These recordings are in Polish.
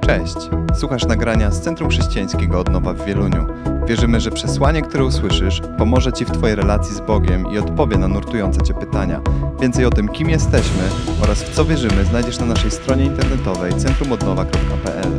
Cześć! Słuchasz nagrania z Centrum Chrześcijańskiego Odnowa w Wieluniu. Wierzymy, że przesłanie, które usłyszysz, pomoże Ci w Twojej relacji z Bogiem i odpowie na nurtujące Cię pytania. Więcej o tym, kim jesteśmy oraz w co wierzymy, znajdziesz na naszej stronie internetowej centrumodnowa.pl.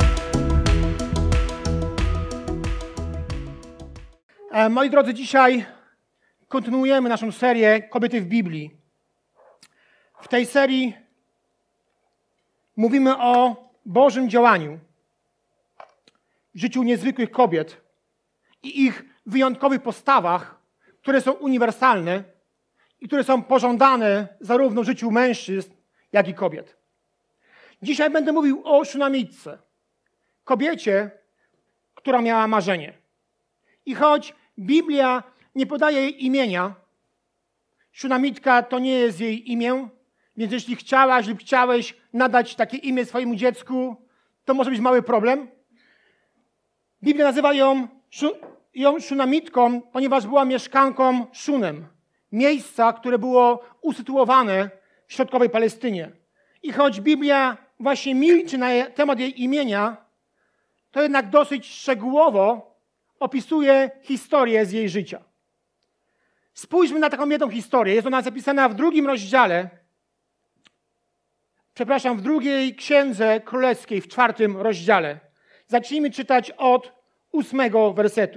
Moi drodzy, dzisiaj kontynuujemy naszą serię Kobiety w Biblii. W tej serii mówimy o Bożym działaniu w życiu niezwykłych kobiet i ich wyjątkowych postawach, które są uniwersalne i które są pożądane zarówno w życiu mężczyzn, jak i kobiet. Dzisiaj będę mówił o Szunamitce, kobiecie, która miała marzenie. I choć Biblia nie podaje jej imienia, Szunamitka to nie jest jej imię, więc jeśli chciałaś lub chciałeś nadać takie imię swojemu dziecku, to może być mały problem. Biblia nazywa ją Szunamitką, ponieważ była mieszkanką Szunem, miejsca, które było usytuowane w środkowej Palestynie. I choć Biblia właśnie milczy na temat jej imienia, to jednak dosyć szczegółowo opisuje historię z jej życia. Spójrzmy na taką jedną historię. Jest ona zapisana w drugiej księdze królewskiej, w 4 rozdziale. Zacznijmy czytać od 8 wersetu.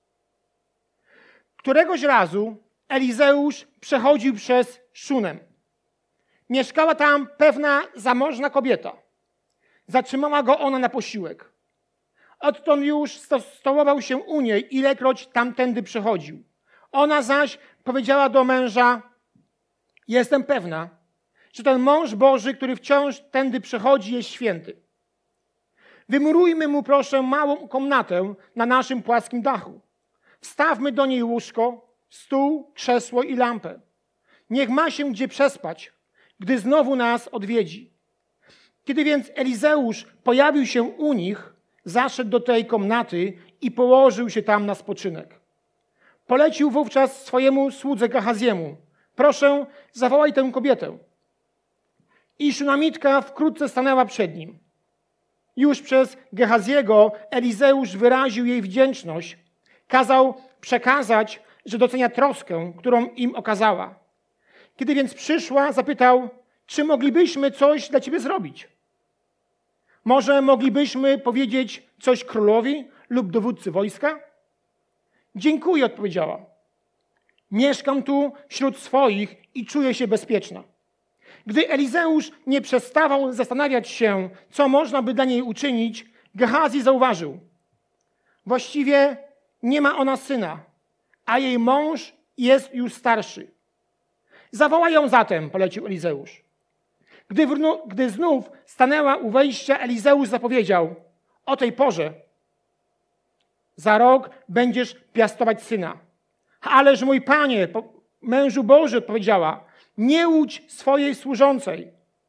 Któregoś razu Elizeusz przechodził przez Szunem. Mieszkała tam pewna zamożna kobieta. Zatrzymała go ona na posiłek. Odtąd już stołował się u niej, ilekroć tamtędy przechodził. Ona zaś powiedziała do męża: jestem pewna, że ten mąż Boży, który wciąż tędy przechodzi, jest święty. Wymurujmy mu, proszę, małą komnatę na naszym płaskim dachu. Wstawmy do niej łóżko, stół, krzesło i lampę. Niech ma się gdzie przespać, gdy znowu nas odwiedzi. Kiedy więc Elizeusz pojawił się u nich, zaszedł do tej komnaty i położył się tam na spoczynek. Polecił wówczas swojemu słudze Gehaziemu: proszę, zawołaj tę kobietę. I Szunamitka wkrótce stanęła przed nim. Już przez Gehaziego Elizeusz wyraził jej wdzięczność. Kazał przekazać, że docenia troskę, którą im okazała. Kiedy więc przyszła, zapytał: czy moglibyśmy coś dla ciebie zrobić? Może moglibyśmy powiedzieć coś królowi lub dowódcy wojska? Dziękuję, odpowiedziała. Mieszkam tu wśród swoich i czuję się bezpieczna. Gdy Elizeusz nie przestawał zastanawiać się, co można by dla niej uczynić, Gehazi zauważył: właściwie nie ma ona syna, a jej mąż jest już starszy. Zawołaj ją zatem, polecił Elizeusz. Gdy znów stanęła u wejścia, Elizeusz zapowiedział: o tej porze za rok będziesz piastować syna. Ależ mój panie, mężu Boży, odpowiedziała: nie łudź swojej służącej.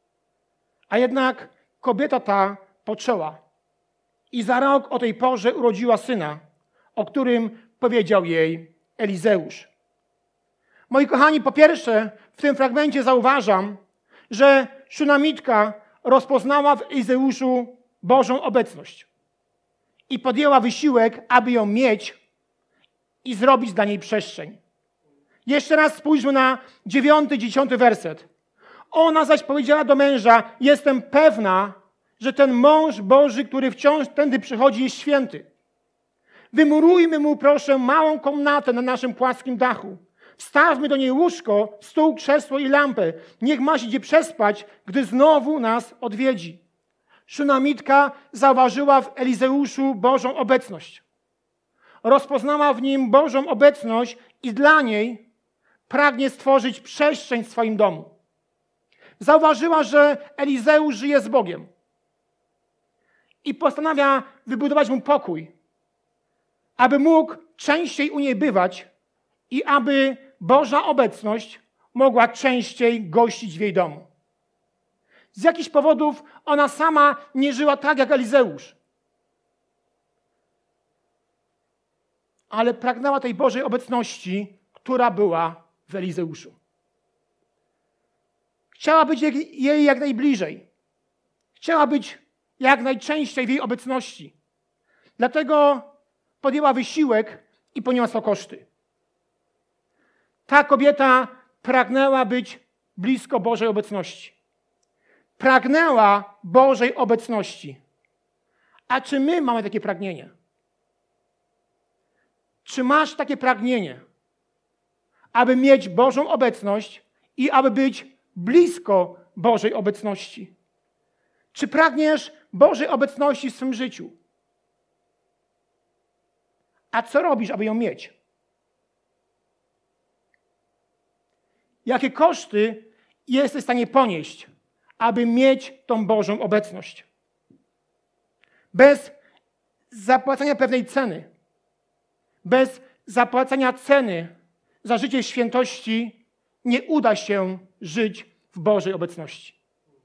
A jednak kobieta ta poczęła i za rok o tej porze urodziła syna, o którym powiedział jej Elizeusz. Moi kochani, po pierwsze, w tym fragmencie zauważam, że Szunamitka rozpoznała w Elizeuszu Bożą obecność i podjęła wysiłek, aby ją mieć i zrobić dla niej przestrzeń. Jeszcze raz spójrzmy na 9 i 10 werset. Ona zaś powiedziała do męża: jestem pewna, że ten mąż Boży, który wciąż tędy przychodzi, jest święty. Wymurujmy mu, proszę, małą komnatę na naszym płaskim dachu. Wstawmy do niej łóżko, stół, krzesło i lampę. Niech ma się gdzie przespać, gdy znowu nas odwiedzi. Szunamitka zauważyła w Elizeuszu Bożą obecność. Rozpoznała w nim Bożą obecność i dla niej pragnie stworzyć przestrzeń w swoim domu. Zauważyła, że Elizeusz żyje z Bogiem i postanawia wybudować mu pokój, aby mógł częściej u niej bywać i aby Boża obecność mogła częściej gościć w jej domu. Z jakichś powodów ona sama nie żyła tak jak Elizeusz, ale pragnęła tej Bożej obecności, która była w Elizeuszu. Chciała być jej jak najbliżej. Chciała być jak najczęściej w jej obecności. Dlatego podjęła wysiłek i poniosła koszty. Ta kobieta pragnęła być blisko Bożej obecności. Pragnęła Bożej obecności. A czy my mamy takie pragnienie? Czy masz takie pragnienie, aby mieć Bożą obecność i aby być blisko Bożej obecności? Czy pragniesz Bożej obecności w swym życiu? A co robisz, aby ją mieć? Jakie koszty jesteś w stanie ponieść, aby mieć tą Bożą obecność? Bez zapłacenia pewnej ceny, bez zapłacenia ceny za życie w świętości nie uda się żyć w Bożej obecności.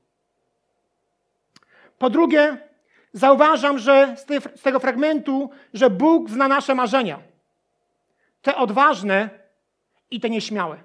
Po drugie, zauważam, że z tego fragmentu, że Bóg zna nasze marzenia. Te odważne i te nieśmiałe.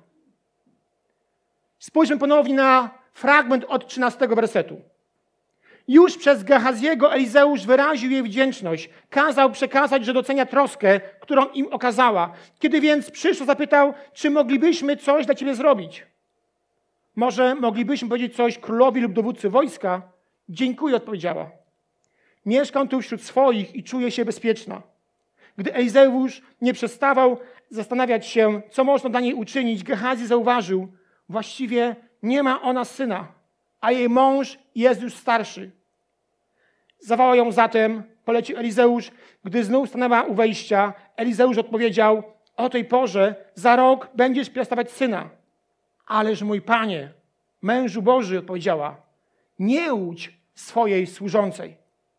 Spójrzmy ponownie na fragment od 13 wersetu. Już przez Gehaziego Elizeusz wyraził jej wdzięczność. Kazał przekazać, że docenia troskę, którą im okazała. Kiedy więc przyszło, zapytał, czy moglibyśmy coś dla ciebie zrobić? Może moglibyśmy powiedzieć coś królowi lub dowódcy wojska? Dziękuję, odpowiedziała. Mieszkam tu wśród swoich i czuję się bezpieczna. Gdy Elizeusz nie przestawał zastanawiać się, co można dla niej uczynić, Gehazi zauważył, właściwie nie ma ona syna, a jej mąż jest już starszy. Zawołał ją zatem, polecił Elizeusz. Gdy znów stanęła u wejścia, Elizeusz odpowiedział, o tej porze za rok będziesz piastować syna. Ależ mój panie, mężu Boży, odpowiedziała, nie łudź swojej służącej.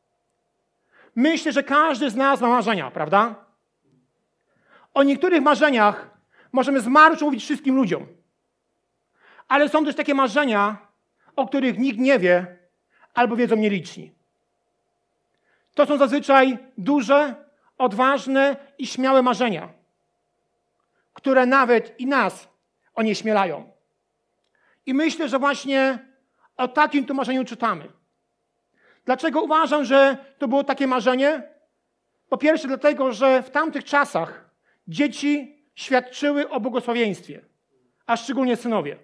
Myślę, że każdy z nas ma marzenia, prawda? O niektórych marzeniach możemy z marszu mówić wszystkim ludziom. Ale są też takie marzenia, o których nikt nie wie, albo wiedzą nieliczni. To są zazwyczaj duże, odważne i śmiałe marzenia, które nawet i nas onieśmielają. I myślę, że właśnie o takim tu marzeniu czytamy. Dlaczego uważam, że to było takie marzenie? Po pierwsze dlatego, że w tamtych czasach dzieci świadczyły o błogosławieństwie, a szczególnie synowie.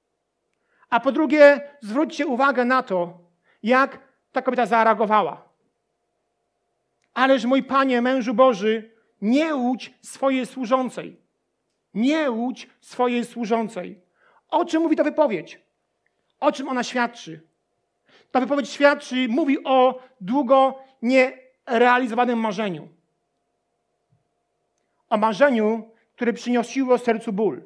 A po drugie, zwróćcie uwagę na to, jak ta kobieta zareagowała. Ależ mój panie, mężu Boży, nie łudź swojej służącej. Nie łudź swojej służącej. O czym mówi ta wypowiedź? O czym ona świadczy? Ta wypowiedź świadczy, mówi o długo nierealizowanym marzeniu. O marzeniu, które przyniosiło sercu ból.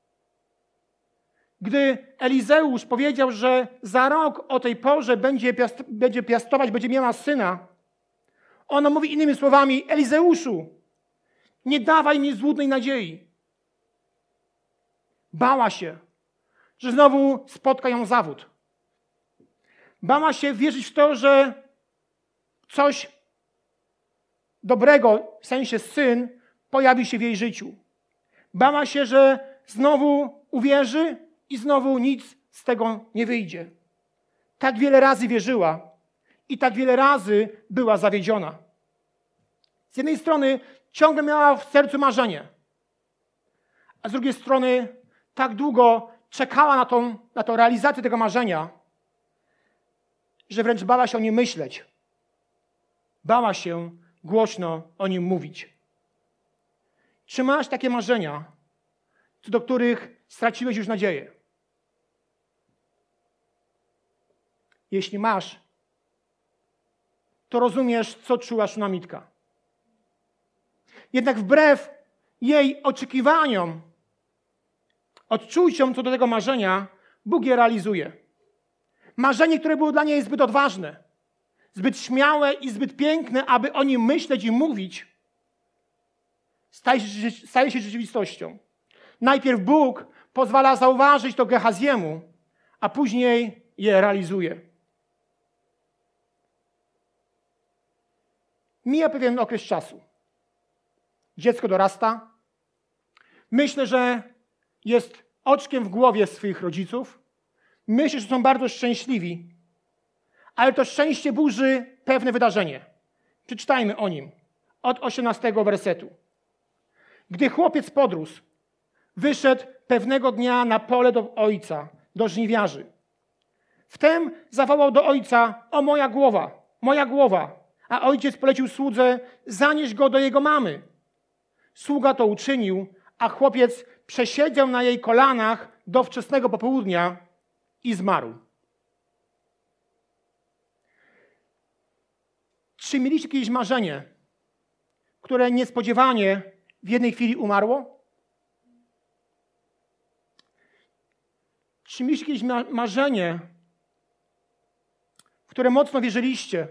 Gdy Elizeusz powiedział, że za rok o tej porze będzie piastować, będzie miała syna, ona mówi innymi słowami, Elizeuszu, nie dawaj mi złudnej nadziei. Bała się, że znowu spotka ją zawód. Bała się wierzyć w to, że coś dobrego, w sensie syn, pojawi się w jej życiu. Bała się, że znowu uwierzy i znowu nic z tego nie wyjdzie. Tak wiele razy wierzyła i tak wiele razy była zawiedziona. Z jednej strony ciągle miała w sercu marzenie, a z drugiej strony tak długo czekała na tą realizację tego marzenia, że wręcz bała się o nim myśleć. Bała się głośno o nim mówić. Czy masz takie marzenia, co do których straciłeś już nadzieję? Jeśli masz, to rozumiesz, co czuła Szunamitka. Jednak wbrew jej oczekiwaniom, odczuciom co do tego marzenia, Bóg je realizuje. Marzenie, które było dla niej zbyt odważne, zbyt śmiałe i zbyt piękne, aby o nim myśleć i mówić, staje się rzeczywistością. Najpierw Bóg pozwala zauważyć to Gehaziemu, a później je realizuje. Mija pewien okres czasu. Dziecko dorasta. Myślę, że jest oczkiem w głowie swoich rodziców. Myślę, że są bardzo szczęśliwi. Ale to szczęście burzy pewne wydarzenie. Przeczytajmy o nim od 18 wersetu. Gdy chłopiec podrósł, wyszedł pewnego dnia na pole do ojca, do żniwiarzy. Wtem zawołał do ojca: o moja głowa, a ojciec polecił słudze: zanieś go do jego mamy. Sługa to uczynił, a chłopiec przesiedział na jej kolanach do wczesnego popołudnia i zmarł. Czy mieliście jakieś marzenie, które niespodziewanie w jednej chwili umarło? Czy mieliście jakieś marzenie, w które mocno wierzyliście,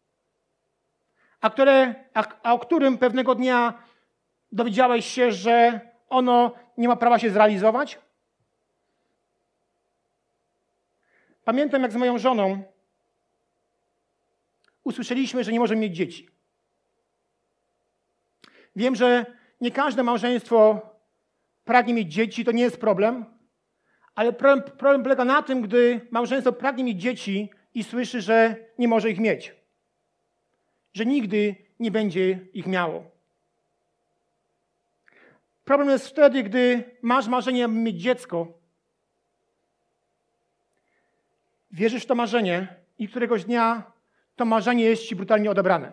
a o którym pewnego dnia dowiedziałeś się, że ono nie ma prawa się zrealizować? Pamiętam, jak z moją żoną usłyszeliśmy, że nie możemy mieć dzieci. Wiem, że nie każde małżeństwo pragnie mieć dzieci, to nie jest problem, ale problem polega na tym, gdy małżeństwo pragnie mieć dzieci i słyszy, że nie może ich mieć, że nigdy nie będzie ich miało. Problem jest wtedy, gdy masz marzenie, aby mieć dziecko, wierzysz w to marzenie i któregoś dnia to marzenie jest ci brutalnie odebrane.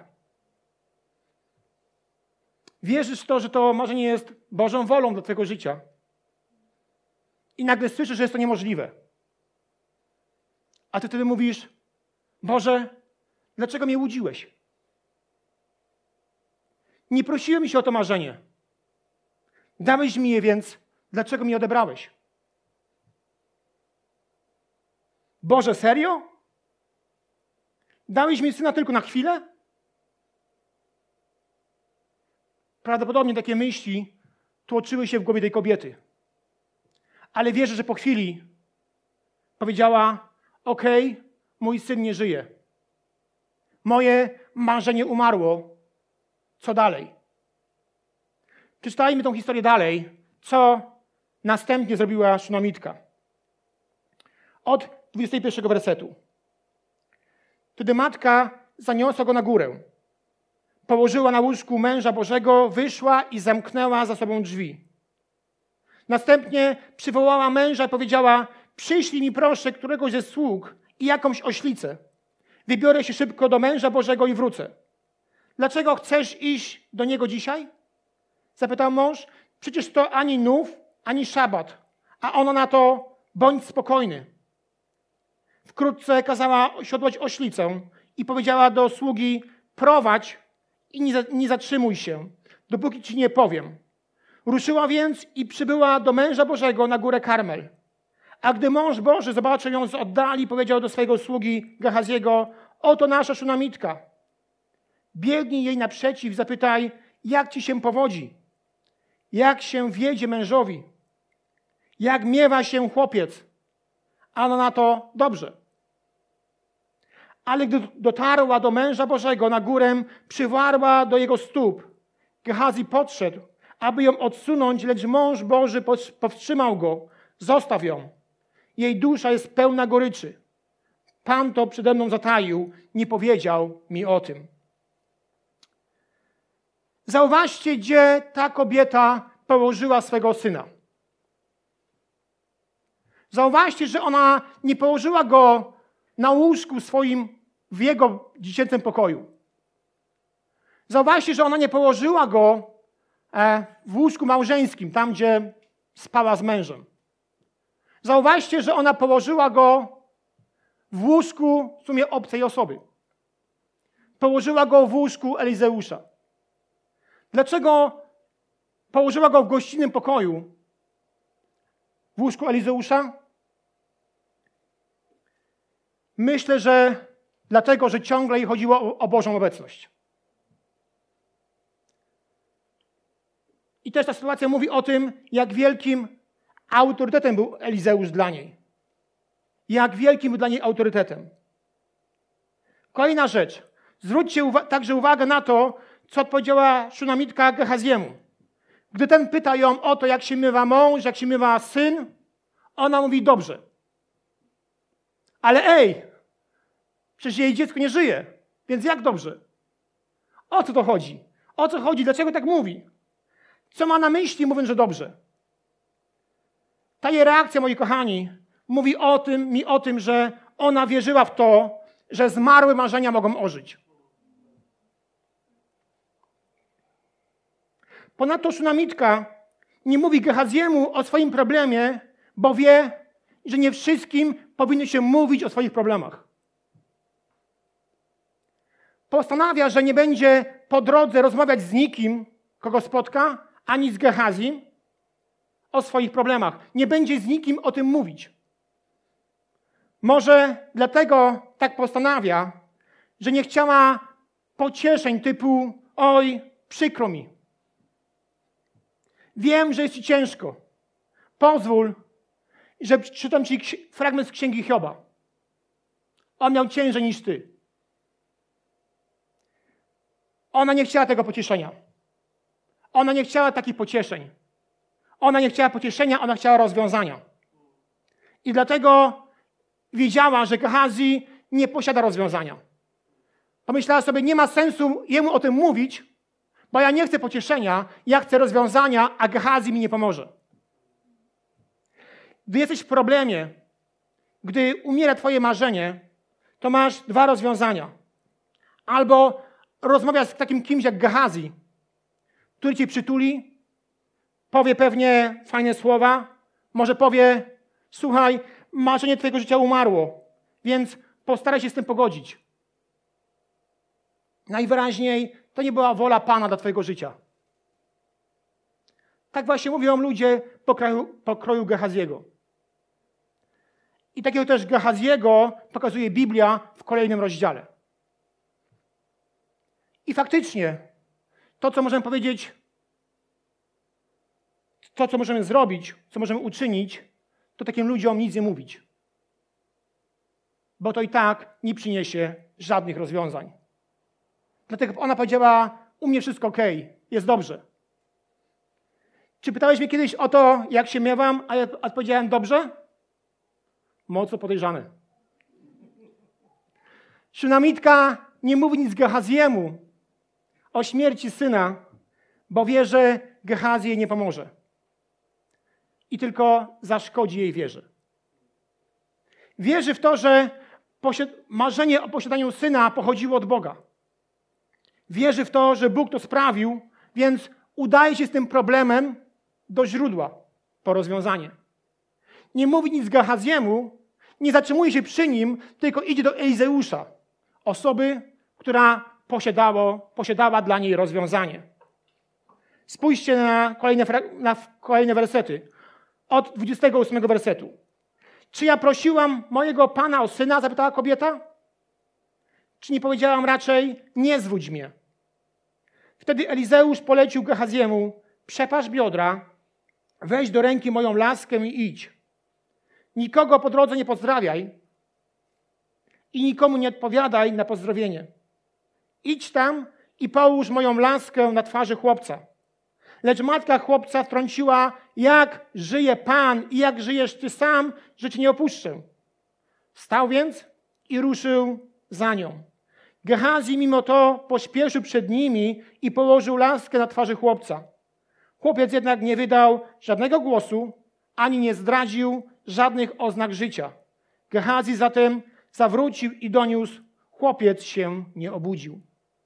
Wierzysz w to, że to marzenie jest Bożą wolą dla twojego życia. I nagle słyszysz, że jest to niemożliwe. A ty wtedy mówisz: Boże, dlaczego mnie łudziłeś? Nie prosiłem się o to marzenie. Dałeś mi je, więc dlaczego mi odebrałeś? Boże, serio? Dałeś mi syna tylko na chwilę? Prawdopodobnie takie myśli tłoczyły się w głowie tej kobiety. Ale wierzę, że po chwili powiedziała: okej, mój syn nie żyje. Moje marzenie umarło. Co dalej? Przeczytajmy tą historię dalej, co następnie zrobiła Szunamitka. Od 21 wersetu. Wtedy matka zaniosła go na górę. Położyła na łóżku męża Bożego, wyszła i zamknęła za sobą drzwi. Następnie przywołała męża i powiedziała: przyślij mi proszę któregoś ze sług i jakąś oślicę. Wybiorę się szybko do męża Bożego i wrócę. Dlaczego chcesz iść do niego dzisiaj? Zapytał mąż. Przecież to ani nów, ani szabat. A ona na to: bądź spokojny. Wkrótce kazała osiodłać oślicę i powiedziała do sługi: prowadź i nie zatrzymuj się, dopóki ci nie powiem. Ruszyła więc i przybyła do męża Bożego na górę Karmel. A gdy mąż Boży zobaczył ją z oddali, powiedział do swojego sługi Gehaziego: oto nasza Szunamitka. Biegnij jej naprzeciw, zapytaj, jak ci się powodzi, jak się wiedzie mężowi, jak miewa się chłopiec. A ona na to: dobrze. Ale gdy dotarła do męża Bożego na górę, przywarła do jego stóp. Gehazi podszedł, aby ją odsunąć, lecz mąż Boży powstrzymał go. Zostaw ją. Jej dusza jest pełna goryczy. Pan to przede mną zataił, nie powiedział mi o tym. Zauważcie, gdzie ta kobieta położyła swego syna. Zauważcie, że ona nie położyła go na łóżku swoim w jego dziecięcym pokoju. Zauważcie, że ona nie położyła go w łóżku małżeńskim, tam gdzie spała z mężem. Zauważcie, że ona położyła go w łóżku w sumie obcej osoby. Położyła go w łóżku Elizeusza. Dlaczego położyła go w gościnnym pokoju w łóżku Elizeusza? Myślę, że dlatego, że ciągle jej chodziło o Bożą obecność. I też ta sytuacja mówi o tym, jak wielkim autorytetem był Elizeusz dla niej. Jak wielkim był dla niej autorytetem. Kolejna rzecz. Zwróćcie także uwagę na to, co odpowiedziała Szunamitka Gehaziemu. Gdy ten pyta ją o to, jak się mywa mąż, jak się mywa syn, ona mówi: dobrze. Ale Przecież jej dziecko nie żyje, więc jak dobrze? O co to chodzi? O co chodzi? Dlaczego tak mówi? Co ma na myśli, mówiąc, że dobrze? Ta jej reakcja, moi kochani, mówi o tym, że ona wierzyła w to, że zmarłe marzenia mogą ożyć. Ponadto Szunamitka nie mówi Gehaziemu o swoim problemie, bo wie, że nie wszystkim powinno się mówić o swoich problemach. Postanawia, że nie będzie po drodze rozmawiać z nikim, kogo spotka, ani z Gehazim o swoich problemach. Nie będzie z nikim o tym mówić. Może dlatego tak postanawia, że nie chciała pocieszeń typu oj, przykro mi. Wiem, że jest ci ciężko. Pozwól, że przeczytam ci fragment z Księgi Hioba. On miał ciężej niż ty. Ona nie chciała tego pocieszenia. Ona nie chciała takich pocieszeń. Ona nie chciała pocieszenia, ona chciała rozwiązania. I dlatego wiedziała, że Gehazi nie posiada rozwiązania. Pomyślała sobie, nie ma sensu jemu o tym mówić, bo ja nie chcę pocieszenia, ja chcę rozwiązania, a Gehazi mi nie pomoże. Gdy jesteś w problemie, gdy umiera twoje marzenie, to masz dwa rozwiązania. Albo rozmawiasz z takim kimś jak Gehazi, który cię przytuli, powie pewnie fajne słowa, może powie, słuchaj, marzenie twojego życia umarło, więc postaraj się z tym pogodzić. Najwyraźniej to nie była wola Pana dla twojego życia. Tak właśnie mówią ludzie pokroju Gehaziego. I takiego też Gehaziego pokazuje Biblia w kolejnym rozdziale. I faktycznie to, co możemy powiedzieć, to, co możemy zrobić, co możemy uczynić, to takim ludziom nic nie mówić. Bo to i tak nie przyniesie żadnych rozwiązań. Dlatego ona powiedziała, u mnie wszystko okej, jest dobrze. Czy pytałeś mnie kiedyś o to, jak się miewam, a ja odpowiedziałem dobrze? Mocno podejrzane. Szunamitka nie mówi nic Gehaziemu o śmierci syna, bo wie, że Gehazi jej nie pomoże. I tylko zaszkodzi jej wierze. Wierzy w to, że marzenie o posiadaniu syna pochodziło od Boga. Wierzy w to, że Bóg to sprawił, więc udaje się z tym problemem do źródła po rozwiązanie. Nie mówi nic Gehaziemu, nie zatrzymuje się przy nim, tylko idzie do Elizeusza, osoby, która posiadała dla niej rozwiązanie. Spójrzcie na kolejne wersety. Od 28 wersetu. Czy ja prosiłam mojego Pana o syna? Zapytała kobieta. Czy nie powiedziałam raczej, nie zwódź mnie? Wtedy Elizeusz polecił Gehaziemu, przepasz biodra, weź do ręki moją laskę i idź. Nikogo po drodze nie pozdrawiaj i nikomu nie odpowiadaj na pozdrowienie. Idź tam i połóż moją laskę na twarzy chłopca. Lecz matka chłopca wtrąciła, jak żyje Pan i jak żyjesz ty sam, że cię nie opuszczę. Wstał więc i ruszył za nią. Gehazi mimo to pośpieszył przed nimi i położył laskę na twarzy chłopca. Chłopiec jednak nie wydał żadnego głosu, ani nie zdradził żadnych oznak życia. Gehazi zatem zawrócił i doniósł, chłopiec się nie obudził.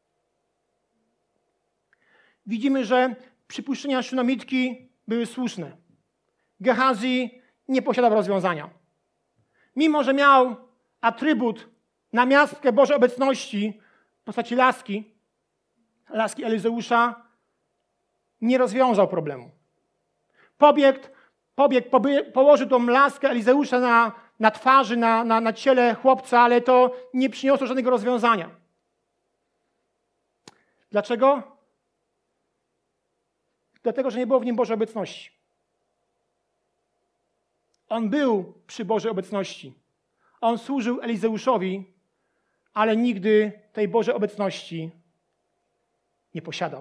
Widzimy, że przypuszczenia Szunamitki były słuszne. Gehazi nie posiadał rozwiązania. Mimo że miał atrybut, namiastkę Bożej obecności w postaci laski Elizeusza, nie rozwiązał problemu. Położył tą laskę Elizeusza na twarzy, na ciele chłopca, ale to nie przyniosło żadnego rozwiązania. Dlaczego? Dlatego, że nie było w nim Bożej obecności. On był przy Bożej obecności. On służył Elizeuszowi, ale nigdy tej Bożej obecności nie posiadał.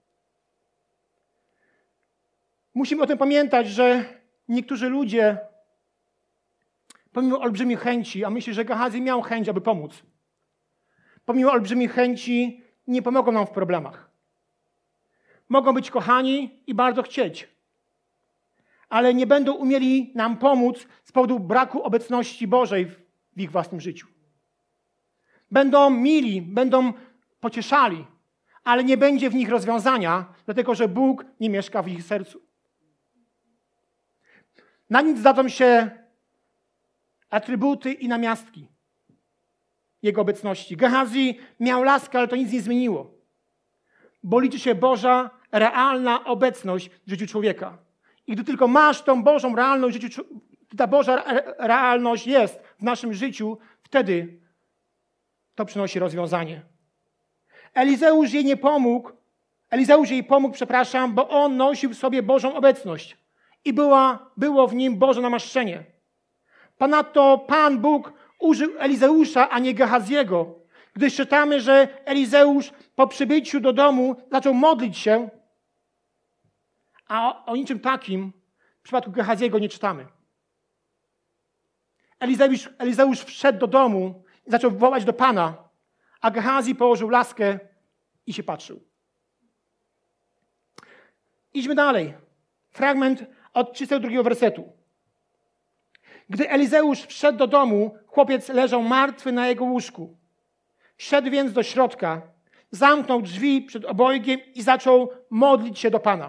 Musimy o tym pamiętać, że niektórzy ludzie, pomimo olbrzymich chęci, a myślę, że Gehazi miał chęć, aby pomóc, pomimo olbrzymich chęci, nie pomogą nam w problemach. Mogą być kochani i bardzo chcieć, ale nie będą umieli nam pomóc z powodu braku obecności Bożej w ich własnym życiu. Będą mili, będą pocieszali, ale nie będzie w nich rozwiązania, dlatego że Bóg nie mieszka w ich sercu. Na nic zdadzą się atrybuty i namiastki Jego obecności. Gehazi miał laskę, ale to nic nie zmieniło, bo liczy się Boża, realna obecność w życiu człowieka. I gdy tylko masz tą Bożą realność w życiu, ta Boża realność jest w naszym życiu, wtedy to przynosi rozwiązanie. Elizeusz jej pomógł, bo on nosił w sobie Bożą obecność i było w nim Boże namaszczenie. Ponadto Pan Bóg użył Elizeusza, a nie Gehaziego, gdyż czytamy, że Elizeusz po przybyciu do zaczął modlić się, a o niczym takim w przypadku Gehaziego nie czytamy. Elizeusz wszedł do domu i zaczął wołać do Pana, a Gehazi położył laskę i się patrzył. Idźmy dalej. Fragment od 32 wersetu. Gdy Elizeusz wszedł do domu, chłopiec leżał martwy na jego łóżku. Wszedł więc do środka, zamknął drzwi przed obojgiem i zaczął modlić się do Pana.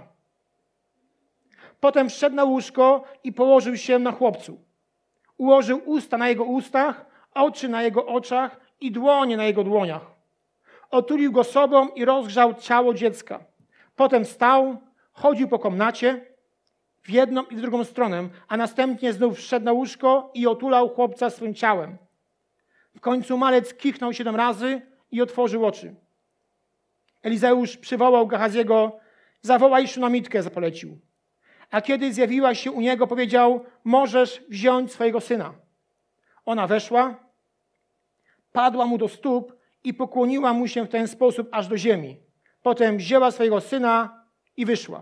Potem wszedł na łóżko i położył się na chłopcu. Ułożył usta na jego ustach, oczy na jego oczach i dłonie na jego dłoniach. Otulił go sobą i rozgrzał ciało dziecka. Potem wstał, chodził po komnacie w jedną i w drugą stronę, a następnie znów wszedł na łóżko i otulał chłopca swym ciałem. W końcu malec kichnął 7 razy i otworzył oczy. Elizeusz przywołał Gehaziego, zawołaj szunamitkę, zapolecił. A kiedy zjawiła się u niego, powiedział, możesz wziąć swojego syna. Ona weszła, padła mu do stóp i pokłoniła mu się w ten sposób aż do ziemi. Potem wzięła swojego syna i wyszła.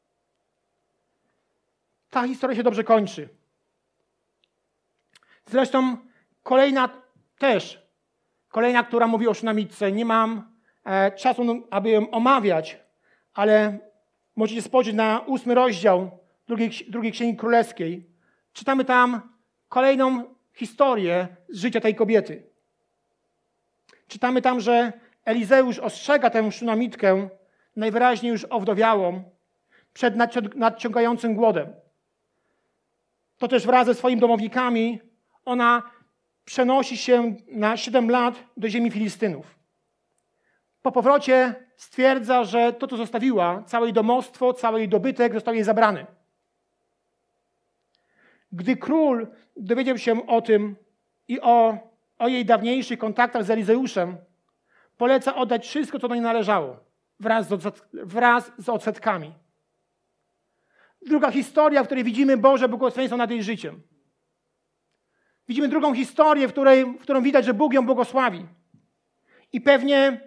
Ta historia się dobrze kończy. Zresztą kolejna, która mówi o szunamitce. Nie mam czasu, aby ją omawiać, ale możecie spojrzeć na 8 rozdział drugiej Księgi Królewskiej. Czytamy tam kolejną historię z życia tej kobiety. Czytamy tam, że Elizeusz ostrzega tę szunamitkę, najwyraźniej już owdowiałą, przed nadciągającym głodem. To też wraz ze swoimi domownikami ona przenosi się na 7 lat do ziemi Filistynów. Po powrocie stwierdza, że to, co zostawiła, całe jej domostwo, cały jej dobytek został jej zabrany. Gdy król dowiedział się o tym i o jej dawniejszych kontaktach z Elizeuszem, poleca oddać wszystko, co do niej należało, wraz z odsetkami. Druga historia, w której widzimy Boże błogosławieństwo nad jej życiem. Widzimy drugą historię, w którą widać, że Bóg ją błogosławi. I pewnie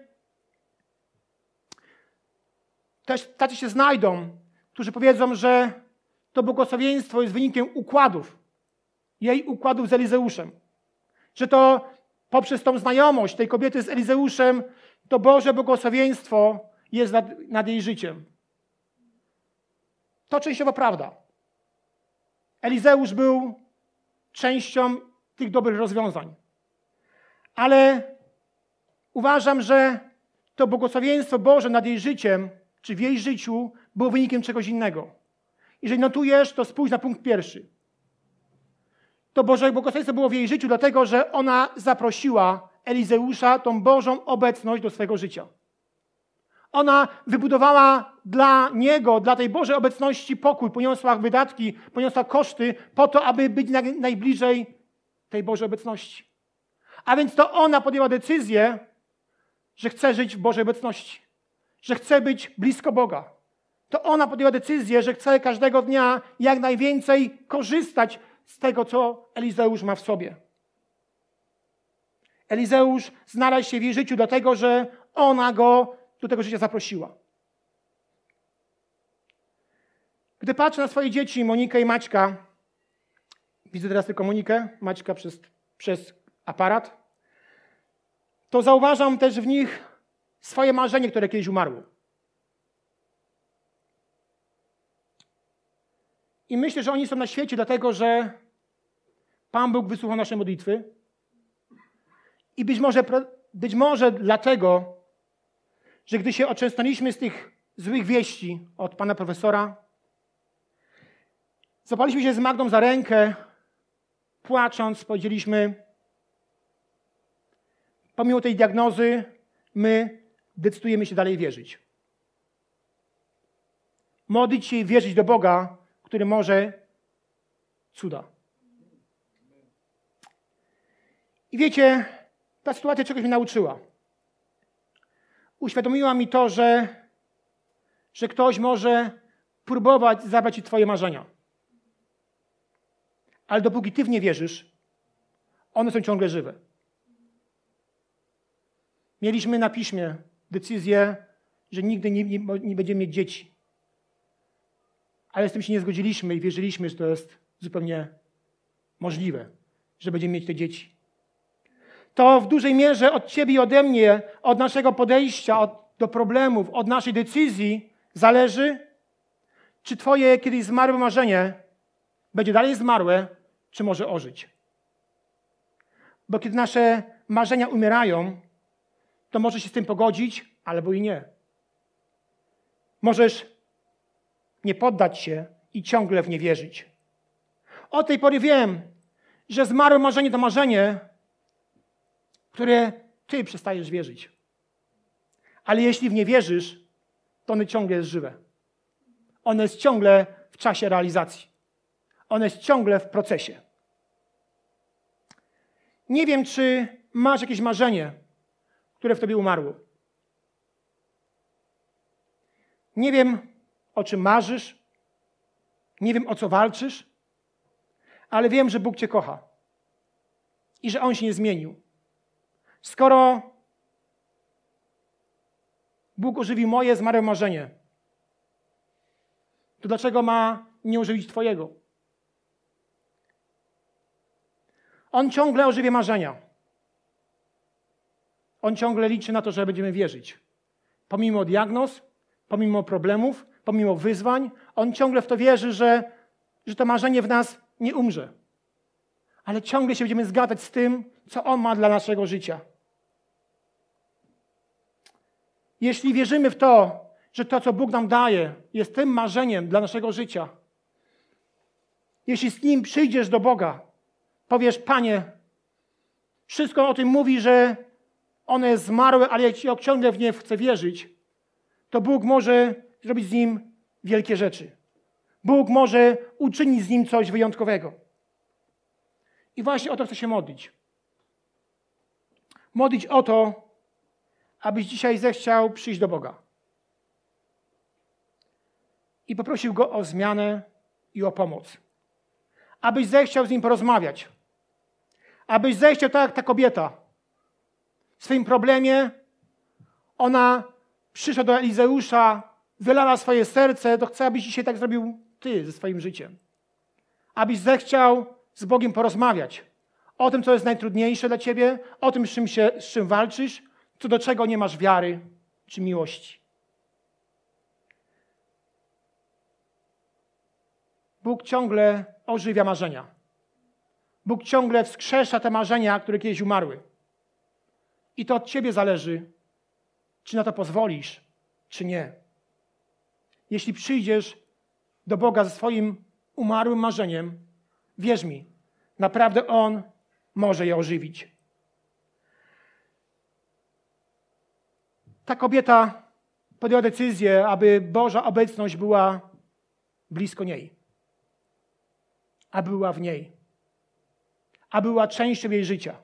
też tacy się znajdą, którzy powiedzą, że to błogosławieństwo jest wynikiem jej układów z Elizeuszem. Że to poprzez tą znajomość tej kobiety z Elizeuszem, to Boże błogosławieństwo jest nad jej życiem. To częściowo prawda. Elizeusz był częścią tych dobrych rozwiązań. Ale uważam, że to błogosławieństwo Boże nad jej życiem, czy w jej życiu, było wynikiem czegoś innego. Jeżeli notujesz, to spójrz na punkt 1. To Boże błogosławieństwo było w jej życiu, dlatego że ona zaprosiła Elizeusza, tą Bożą obecność do swojego życia. Ona wybudowała dla niego, dla tej Bożej obecności pokój, poniosła wydatki, poniosła koszty po to, aby być najbliżej tej Bożej obecności. A więc to ona podjęła decyzję, że chce żyć w Bożej obecności, że chce być blisko Boga. To ona podjęła decyzję, że chce każdego dnia jak najwięcej korzystać z tego, co Elizeusz ma w sobie. Elizeusz znalazł się w jej życiu dlatego, że ona go do tego życia zaprosiła. Gdy patrzę na swoje dzieci, Monikę i Maćka, widzę teraz tylko Monikę, Maćka przez aparat, to zauważam też w nich swoje marzenie, które kiedyś umarło. I myślę, że oni są na świecie dlatego, że Pan Bóg wysłuchał nasze modlitwy. I być może dlatego, że gdy się oczęstaliśmy z tych złych wieści od pana profesora, złapaliśmy się z Magdą za rękę, płacząc, powiedzieliśmy, pomimo tej diagnozy, my decydujemy się dalej wierzyć. Modlić się i wierzyć do Boga, który może cuda. I wiecie, ta sytuacja czegoś mnie nauczyła. Uświadomiła mi to, że ktoś może próbować zabrać ci twoje marzenia. Ale dopóki ty w nie wierzysz, one są ciągle żywe. Mieliśmy na piśmie decyzję, że nigdy nie będziemy mieć dzieci. Ale z tym się nie zgodziliśmy i wierzyliśmy, że to jest zupełnie możliwe, że będziemy mieć te dzieci. To w dużej mierze od ciebie i ode mnie, od naszego podejścia do problemów, od naszej decyzji zależy, czy twoje kiedyś zmarłe marzenie będzie dalej zmarłe, czy może ożyć. Bo kiedy nasze marzenia umierają, to możesz się z tym pogodzić, albo i nie. Możesz nie poddać się i ciągle w nie wierzyć. Od tej pory wiem, że zmarłe marzenie to marzenie, które ty przestajesz wierzyć. Ale jeśli w nie wierzysz, to ono ciągle jest żywe. Ono jest ciągle w czasie realizacji. Ono jest ciągle w procesie. Nie wiem, czy masz jakieś marzenie, które w tobie umarło. Nie wiem, o czym marzysz. Nie wiem, o co walczysz. Ale wiem, że Bóg cię kocha. I że On się nie zmienił. Skoro Bóg ożywił moje zmarłe marzenie, to dlaczego ma nie ożywić twojego? On ciągle ożywia marzenia. On ciągle liczy na to, że będziemy wierzyć. Pomimo diagnoz, pomimo problemów, pomimo wyzwań, On ciągle w to wierzy, że to marzenie w nas nie umrze. Ale ciągle się będziemy zgadzać z tym, co On ma dla naszego życia. Jeśli wierzymy w to, że to, co Bóg nam daje, jest tym marzeniem dla naszego życia, jeśli z nim przyjdziesz do Boga, powiesz, Panie, wszystko o tym mówi, że ono jest zmarłe, ale ja ciągle w nie chcę wierzyć, to Bóg może zrobić z nim wielkie rzeczy. Bóg może uczynić z nim coś wyjątkowego. I właśnie o to chcę się modlić. Modlić o to, abyś dzisiaj zechciał przyjść do Boga. I poprosił Go o zmianę i o pomoc. Abyś zechciał z Nim porozmawiać. Abyś zechciał tak jak ta kobieta. W swoim problemie ona przyszła do Elizeusza, wylała swoje serce, to chcę, abyś dzisiaj tak zrobił ty ze swoim życiem. Abyś zechciał z Bogiem porozmawiać. O tym, co jest najtrudniejsze dla ciebie, o tym, z czym walczysz, co do czego nie masz wiary czy miłości. Bóg ciągle ożywia marzenia. Bóg ciągle wskrzesza te marzenia, które kiedyś umarły. I to od ciebie zależy, czy na to pozwolisz, czy nie. Jeśli przyjdziesz do Boga ze swoim umarłym marzeniem, wierz mi, naprawdę On może je ożywić. Ta kobieta podjęła decyzję, aby Boża obecność była blisko niej. Aby była w niej. Aby była częścią jej życia.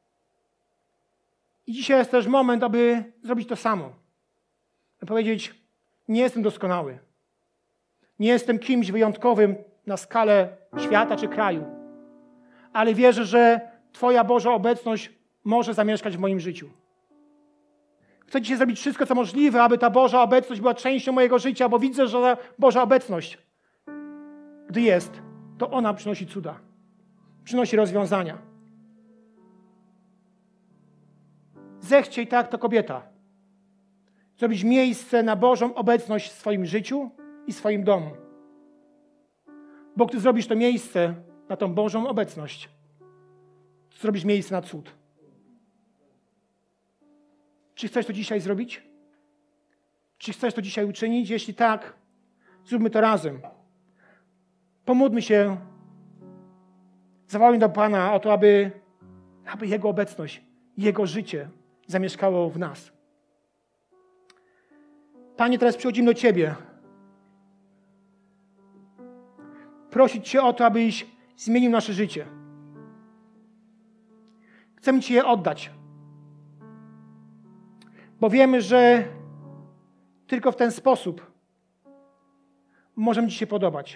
I dzisiaj jest też moment, aby zrobić to samo. Aby powiedzieć, nie jestem doskonały. Nie jestem kimś wyjątkowym na skalę świata czy kraju. Ale wierzę, że Twoja Boża obecność może zamieszkać w moim życiu. Chcę dzisiaj zrobić wszystko, co możliwe, aby ta Boża obecność była częścią mojego życia, bo widzę, że ta Boża obecność, gdy jest, to ona przynosi cuda. Przynosi rozwiązania. zechciej tak to kobieta. Zrobić miejsce na Bożą obecność w swoim życiu i swoim domu. Bo gdy zrobisz to miejsce na tą Bożą obecność, zrobisz miejsce na cud. Czy chcesz to dzisiaj zrobić? Czy chcesz to dzisiaj uczynić? Jeśli tak, zróbmy to razem. Pomódlmy się, zawołajmy do Pana o to, aby Jego obecność, Jego życie zamieszkało w nas. Panie, teraz przychodzimy do Ciebie. Prosić Cię o to, abyś zmienił nasze życie. Chcemy Ci je oddać. Bo wiemy, że tylko w ten sposób możemy Ci się podobać.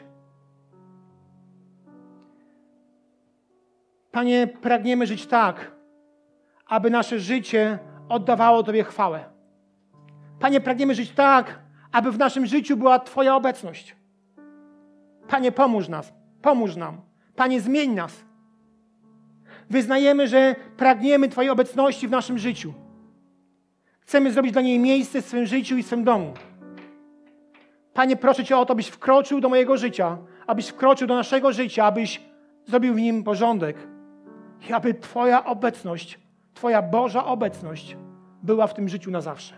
Panie, pragniemy żyć tak, aby nasze życie oddawało Tobie chwałę. Panie, pragniemy żyć tak, aby w naszym życiu była Twoja obecność. Panie, pomóż nam. Panie, zmień nas. Wyznajemy, że pragniemy Twojej obecności w naszym życiu. Chcemy zrobić dla niej miejsce w swym życiu i w swym domu. Panie, proszę Cię o to, abyś wkroczył do mojego życia, abyś wkroczył do naszego życia, abyś zrobił w nim porządek i aby Twoja obecność, Twoja Boża obecność była w tym życiu na zawsze.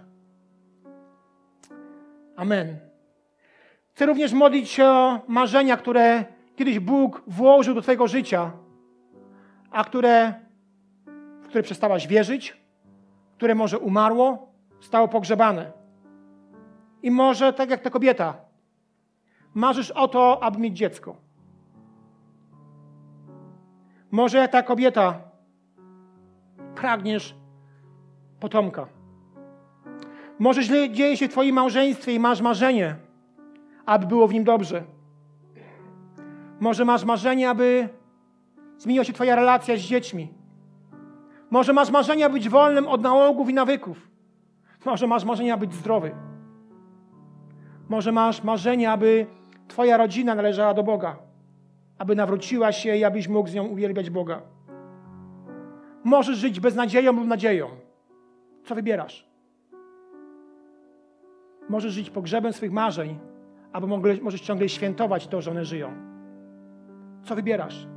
Amen. Chcę również modlić się o marzenia, które kiedyś Bóg włożył do Twojego życia, a w które przestałaś wierzyć, które może umarło, stało pogrzebane. I może, tak jak ta kobieta, marzysz o to, aby mieć dziecko. Może jak ta kobieta pragniesz potomka. Może źle dzieje się w Twoim małżeństwie i masz marzenie, aby było w nim dobrze. Może masz marzenie, aby zmieniła się Twoja relacja z dziećmi. Może masz marzenie, aby być wolnym od nałogów i nawyków. Może masz marzenie, aby być zdrowy. Może masz marzenie, aby Twoja rodzina należała do Boga. Aby nawróciła się i abyś mógł z nią uwielbiać Boga. Możesz żyć beznadzieją lub nadzieją. Co wybierasz? Możesz żyć pogrzebem swych marzeń, albo możesz ciągle świętować to, że one żyją. Co wybierasz?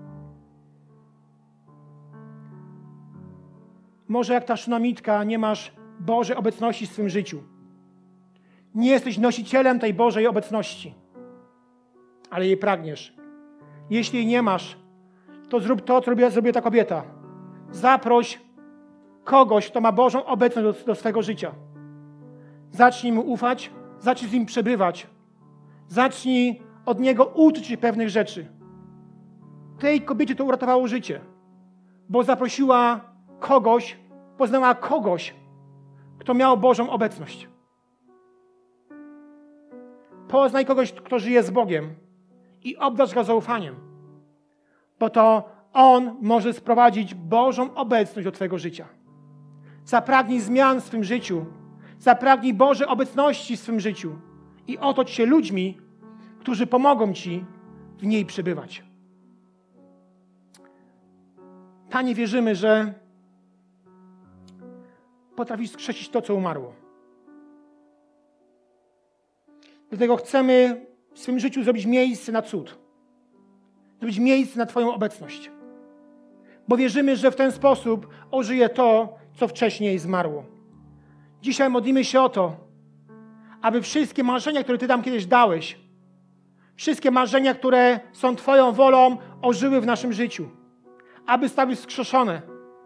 Może jak ta szunamitka nie masz Bożej obecności w swym życiu. Nie jesteś nosicielem tej Bożej obecności, ale jej pragniesz. Jeśli jej nie masz, to zrób to, co zrobiła ta kobieta. Zaproś kogoś, kto ma Bożą obecność do swego życia. Zacznij mu ufać, zacznij z nim przebywać. Zacznij od niego uczyć się pewnych rzeczy. Tej kobiecie to uratowało życie, bo zaprosiła kogoś, poznała kogoś, kto miał Bożą obecność. Poznaj kogoś, kto żyje z Bogiem i obdarz go zaufaniem, bo to On może sprowadzić Bożą obecność do Twojego życia. Zapragnij zmian w swym życiu, zapragnij Bożej obecności w swym życiu i otocz się ludźmi, którzy pomogą Ci w niej przebywać. Panie, wierzymy, że potrafisz skrzesić to, co umarło. Dlatego chcemy w swym życiu zrobić miejsce na cud. Zrobić miejsce na Twoją obecność. Bo wierzymy, że w ten sposób ożyje to, co wcześniej zmarło. Dzisiaj modlimy się o to, aby wszystkie marzenia, które Ty nam kiedyś dałeś, wszystkie marzenia, które są Twoją wolą, ożyły w naszym życiu. Aby stały wskrzeszone.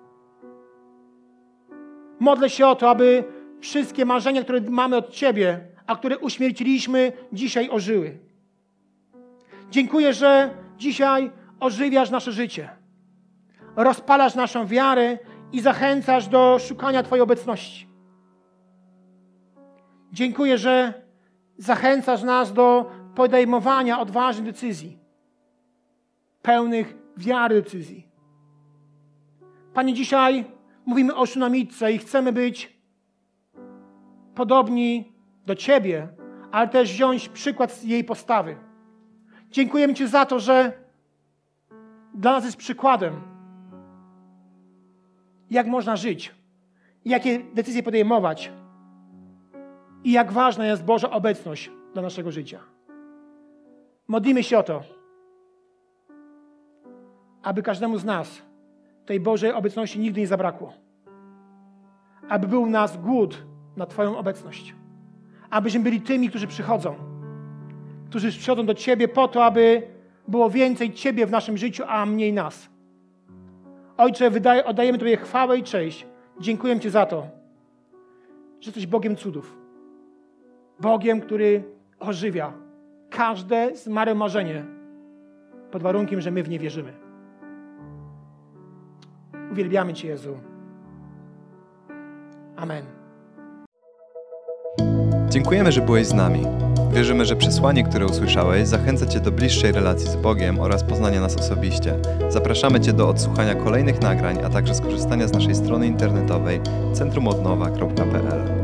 Modlę się o to, aby wszystkie marzenia, które mamy od Ciebie, a które uśmierciliśmy, dzisiaj ożyły. Dziękuję, że dzisiaj ożywiasz nasze życie. Rozpalasz naszą wiarę i zachęcasz do szukania Twojej obecności. Dziękuję, że zachęcasz nas do podejmowania odważnych decyzji. Pełnych wiary decyzji. Panie, dzisiaj mówimy o szunamitce i chcemy być podobni do Ciebie, ale też wziąć przykład z jej postawy. Dziękujemy Ci za to, że dla nas jest przykładem, jak można żyć, jakie decyzje podejmować i jak ważna jest Boża obecność dla naszego życia. Modlimy się o to, aby każdemu z nas tej Bożej obecności nigdy nie zabrakło. Aby był w nas głód na Twoją obecność. Abyśmy byli tymi, którzy przychodzą do Ciebie po to, aby było więcej Ciebie w naszym życiu, a mniej nas. Ojcze, oddajemy Tobie chwałę i cześć. Dziękuję Ci za to, że jesteś Bogiem cudów. Bogiem, który ożywia każde zmarłe marzenie pod warunkiem, że my w nie wierzymy. Uwielbiamy Cię, Jezu. Amen. Dziękujemy, że byłeś z nami. Wierzymy, że przesłanie, które usłyszałeś, zachęca Cię do bliższej relacji z Bogiem oraz poznania nas osobiście. Zapraszamy Cię do odsłuchania kolejnych nagrań, a także skorzystania z naszej strony internetowej centrumodnowa.pl.